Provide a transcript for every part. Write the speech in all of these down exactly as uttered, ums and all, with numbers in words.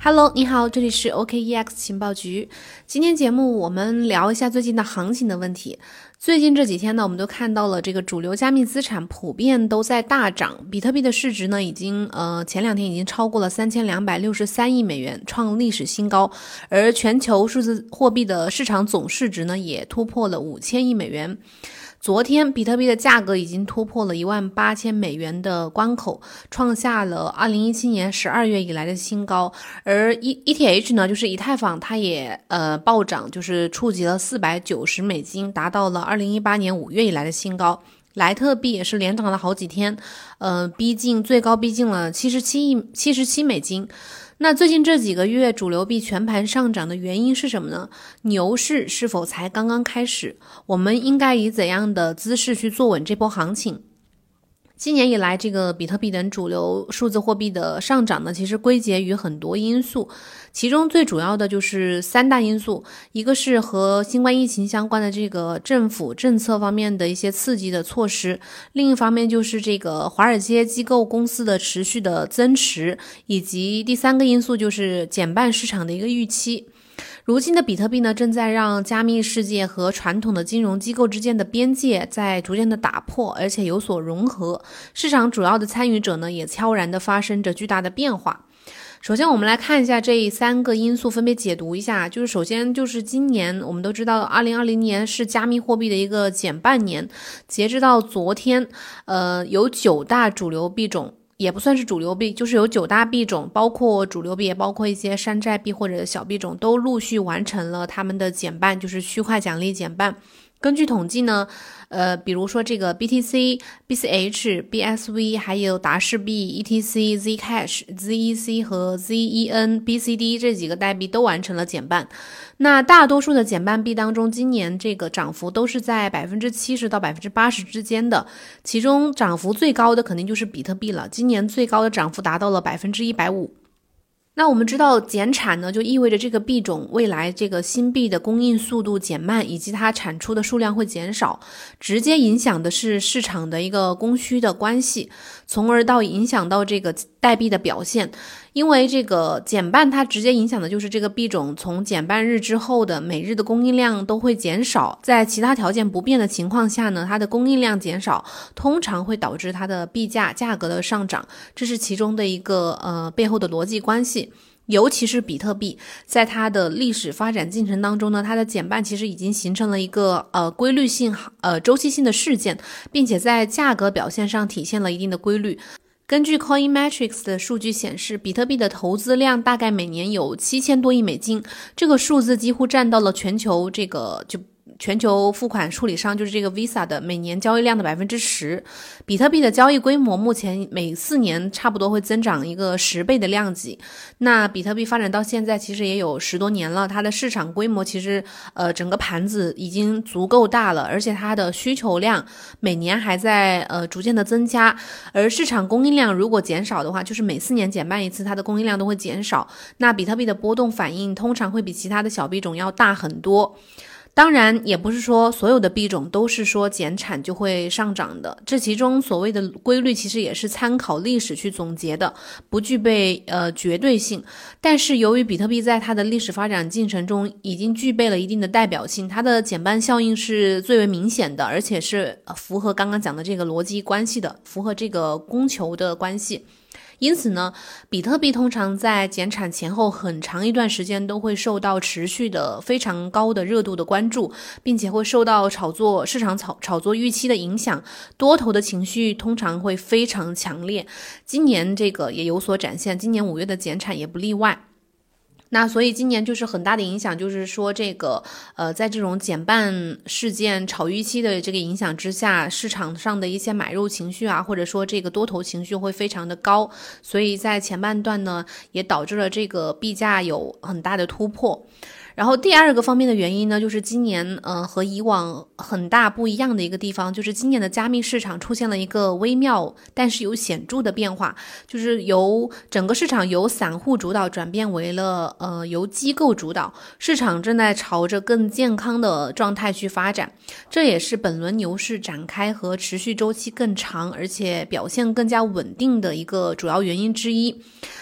Hello， 你好，这里是 O K E X 情报局。今天节目我们聊一下最近的行情的问题。最近这几天呢，我们都看到了这个主流加密资产普遍都在大涨，比特币的市值呢已经呃前两天已经超过了三千两百六十三亿美元，创历史新高，而全球数字货币的市场总市值呢也突破了五千亿美元。昨天比特币的价格已经突破了一万八千美元的关口，创下了二零一七年十二月以来的新高。而 E T H 呢，就是以太坊，它也呃暴涨，就是触及了四百九十美金，达到了二零一八年五月以来的新高。莱特币也是连涨了好几天，呃，逼近最高逼近了七十七亿七十七美金。那最近这几个月主流币全盘上涨的原因是什么呢？牛市是否才刚刚开始？我们应该以怎样的姿势去坐稳这波行情？今年以来，这个比特币等主流数字货币的上涨呢，其实归结于很多因素，其中最主要的就是三大因素，一个是和新冠疫情相关的这个政府政策方面的一些刺激的措施，另一方面就是这个华尔街机构公司的持续的增持，以及第三个因素就是减半市场的一个预期。如今的比特币呢，正在让加密世界和传统的金融机构之间的边界在逐渐的打破，而且有所融合。市场主要的参与者呢，也悄然的发生着巨大的变化。首先我们来看一下这三个因素，分别解读一下。就是首先就是今年我们都知道二零二零年是加密货币的一个减半年，截至到昨天呃，有九大主流币种，也不算是主流币，就是有九大币种，包括主流币，也包括一些山寨币或者小币种，都陆续完成了他们的减半，就是区块奖励减半。根据统计呢，呃，比如说这个 B T C、B C H、B S V， 还有达氏币、E T C、Zcash、Z E C 和 Z E N、B C D 这几个代币都完成了减半。那大多数的减半币当中，今年这个涨幅都是在 百分之七十 到 百分之八十 之间的，其中涨幅最高的肯定就是比特币了，今年最高的涨幅达到了 百分之一百五十。那我们知道减产呢，就意味着这个币种未来这个新币的供应速度减慢，以及它产出的数量会减少，直接影响的是市场的一个供需的关系，从而到影响到这个代币的表现。因为这个减半它直接影响的就是这个币种从减半日之后的每日的供应量都会减少，在其他条件不变的情况下呢，它的供应量减少通常会导致它的币价价格的上涨，这是其中的一个呃背后的逻辑关系。尤其是比特币在它的历史发展进程当中呢，它的减半其实已经形成了一个呃规律性呃周期性的事件，并且在价格表现上体现了一定的规律。根据 Coinmetrics 的数据显示，比特币的投资量大概每年有七千多亿美金，这个数字几乎占到了全球这个就全球付款处理商，就是这个 Visa 的每年交易量的 百分之十。 比特币的交易规模目前每四年差不多会增长一个十倍的量级。那比特币发展到现在其实也有十多年了，它的市场规模其实呃整个盘子已经足够大了，而且它的需求量每年还在呃逐渐的增加，而市场供应量如果减少的话，就是每四年减半一次，它的供应量都会减少，那比特币的波动反应通常会比其他的小币种要大很多。当然也不是说所有的币种都是说减产就会上涨的，这其中所谓的规律其实也是参考历史去总结的，不具备呃绝对性。但是由于比特币在它的历史发展进程中已经具备了一定的代表性，它的减半效应是最为明显的，而且是符合刚刚讲的这个逻辑关系的，符合这个供求的关系。因此呢，比特币通常在减产前后很长一段时间都会受到持续的非常高的热度的关注，并且会受到炒作市场炒炒作预期的影响，多头的情绪通常会非常强烈。今年这个也有所展现，今年五月的减产也不例外。那所以今年就是很大的影响，就是说这个呃，在这种减半事件炒预期的这个影响之下，市场上的一些买入情绪啊，或者说这个多头情绪会非常的高，所以在前半段呢，也导致了这个币价有很大的突破。然后第二个方面的原因呢，就是今年呃和以往很大不一样的一个地方，就是今年的加密市场出现了一个微妙但是有显著的变化，就是由整个市场由散户主导转变为了呃由机构主导，市场正在朝着更健康的状态去发展，这也是本轮牛市展开和持续周期更长，而且表现更加稳定的一个主要原因之一。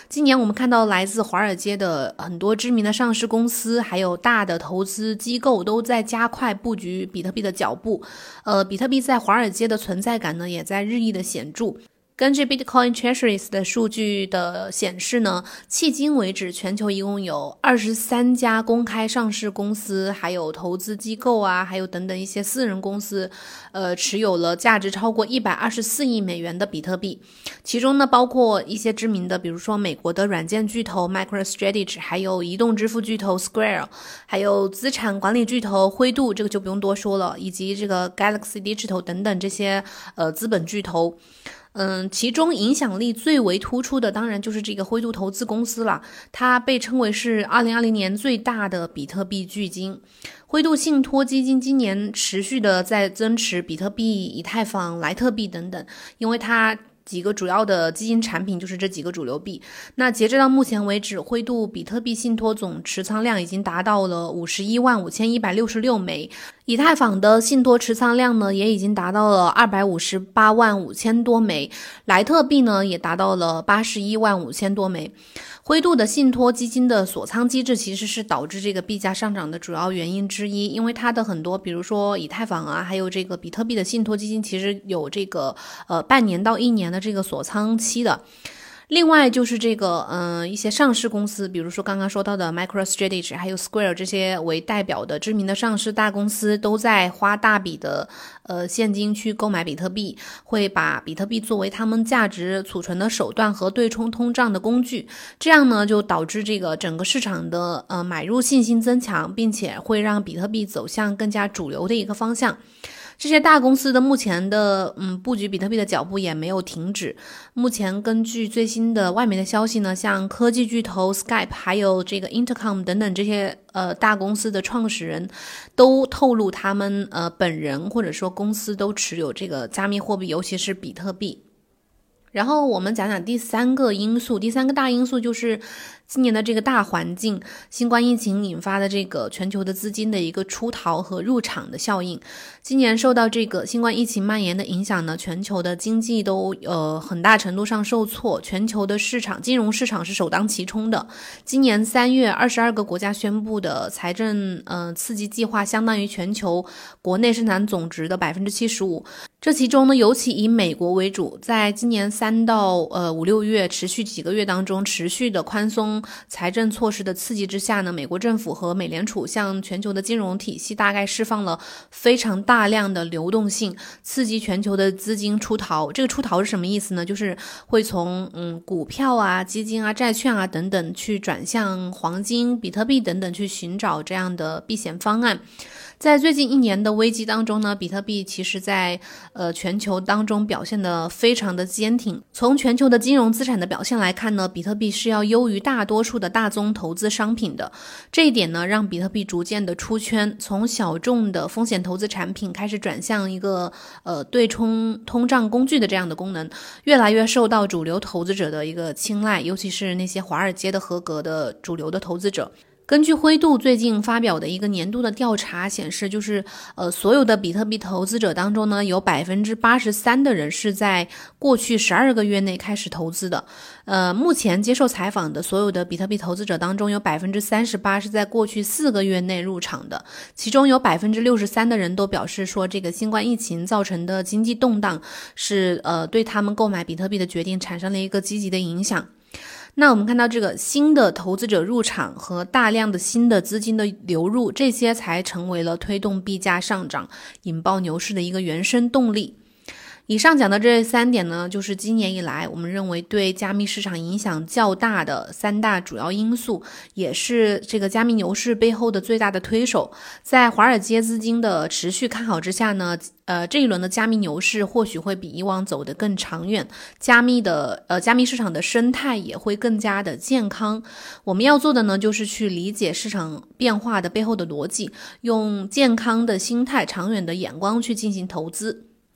今年我们看到来自华尔街的很多知名的上市公司，还有大的投资机构都在加快布局比特币的脚步。呃，比特币在华尔街的存在感呢，也在日益的显著。根据 Bitcoin Treasuries 的数据的显示呢，迄今为止全球一共有二十三家公开上市公司，还有投资机构啊，还有等等一些私人公司，呃，持有了价值超过一百二十四亿美元的比特币。其中呢，包括一些知名的，比如说美国的软件巨头 MicroStrategy， 还有移动支付巨头 Square， 还有资产管理巨头灰度，这个就不用多说了，以及这个 Galaxy Digital 等等这些呃资本巨头。嗯，其中影响力最为突出的当然就是这个灰度投资公司了，它被称为是二零二零年最大的比特币巨鲸。灰度信托基金今年持续的在增持比特币、以太坊、莱特币等等，因为它几个主要的基金产品就是这几个主流币。那截至到目前为止，灰度比特币信托总持仓量已经达到了五十一万五千一百六十六枚，以太坊的信托持仓量呢也已经达到了二百五十八万五千多枚，莱特币呢也达到了八十一万五千多枚。灰度的信托基金的锁仓机制其实是导致这个币价上涨的主要原因之一，因为它的很多比如说以太坊啊，还有这个比特币的信托基金其实有这个呃半年到一年的这个锁仓期的。另外就是这个嗯、呃、一些上市公司，比如说刚刚说到的 MicroStrategy 还有 Square 这些为代表的知名的上市大公司都在花大笔的呃现金去购买比特币，会把比特币作为他们价值储存的手段和对冲通胀的工具，这样呢就导致这个整个市场的呃买入信心增强，并且会让比特币走向更加主流的一个方向。这些大公司的目前的嗯布局比特币的脚步也没有停止。目前根据最新的外媒的消息呢，像科技巨头 Skype 还有这个 Intercom 等等这些呃大公司的创始人都透露他们呃本人或者说公司都持有这个加密货币，尤其是比特币。然后我们讲讲第三个因素，第三个大因素就是今年的这个大环境，新冠疫情引发的这个全球的资金的一个出逃和入场的效应。今年受到这个新冠疫情蔓延的影响呢，全球的经济都呃很大程度上受挫，全球的市场金融市场是首当其冲的。今年三月，二十二个国家宣布的财政呃刺激计划相当于全球国内生产总值的 百分之七十五。这其中呢，尤其以美国为主，在今年三到呃五六月持续几个月当中，持续的宽松财政措施的刺激之下呢，美国政府和美联储向全球的金融体系大概释放了非常大量的流动性，刺激全球的资金出逃。这个出逃是什么意思呢？就是会从嗯股票啊、基金啊、债券啊等等去转向黄金、比特币等等，去寻找这样的避险方案。在最近一年的危机当中呢，比特币其实在呃全球当中表现得非常的坚挺。从全球的金融资产的表现来看呢，比特币是要优于大多数的大宗投资商品的。这一点呢，让比特币逐渐的出圈，从小众的风险投资产品开始转向一个呃对冲通胀工具的这样的功能，越来越受到主流投资者的一个青睐，尤其是那些华尔街的合格的主流的投资者。根据灰度最近发表的一个年度的调查显示，就是呃所有的比特币投资者当中呢，有 百分之八十三 的人是在过去十二个月内开始投资的。呃目前接受采访的所有的比特币投资者当中，有 百分之三十八 是在过去四个月内入场的，其中有 百分之六十三 的人都表示说，这个新冠疫情造成的经济动荡是呃对他们购买比特币的决定产生了一个积极的影响。那我们看到这个新的投资者入场和大量的新的资金的流入，这些才成为了推动币价上涨、引爆牛市的一个原生动力。以上讲的这三点呢，就是今年以来我们认为对加密市场影响较大的三大主要因素，也是这个加密牛市背后的最大的推手。在华尔街资金的持续看好之下呢，呃，这一轮的加密牛市或许会比以往走得更长远，加密的呃加密市场的生态也会更加的健康。我们要做的呢，就是去理解市场变化的背后的逻辑，用健康的心态、长远的眼光去进行投资。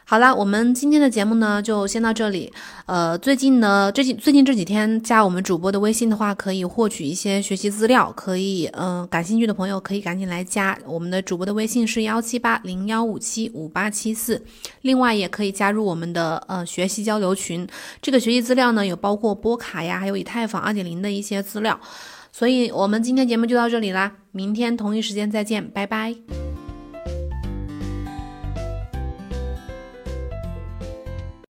好啦，我们今天的节目呢就先到这里。呃，最近呢，这几最近这几天加我们主播的微信的话，可以获取一些学习资料，可以，嗯、呃，感兴趣的朋友可以赶紧来加我们的主播的微信是幺七八零幺五七五八七四。另外，也可以加入我们的呃学习交流群。这个学习资料呢，有包括波卡呀，还有以太坊 二点零 的一些资料。所以我们今天节目就到这里啦，明天同一时间再见，拜拜。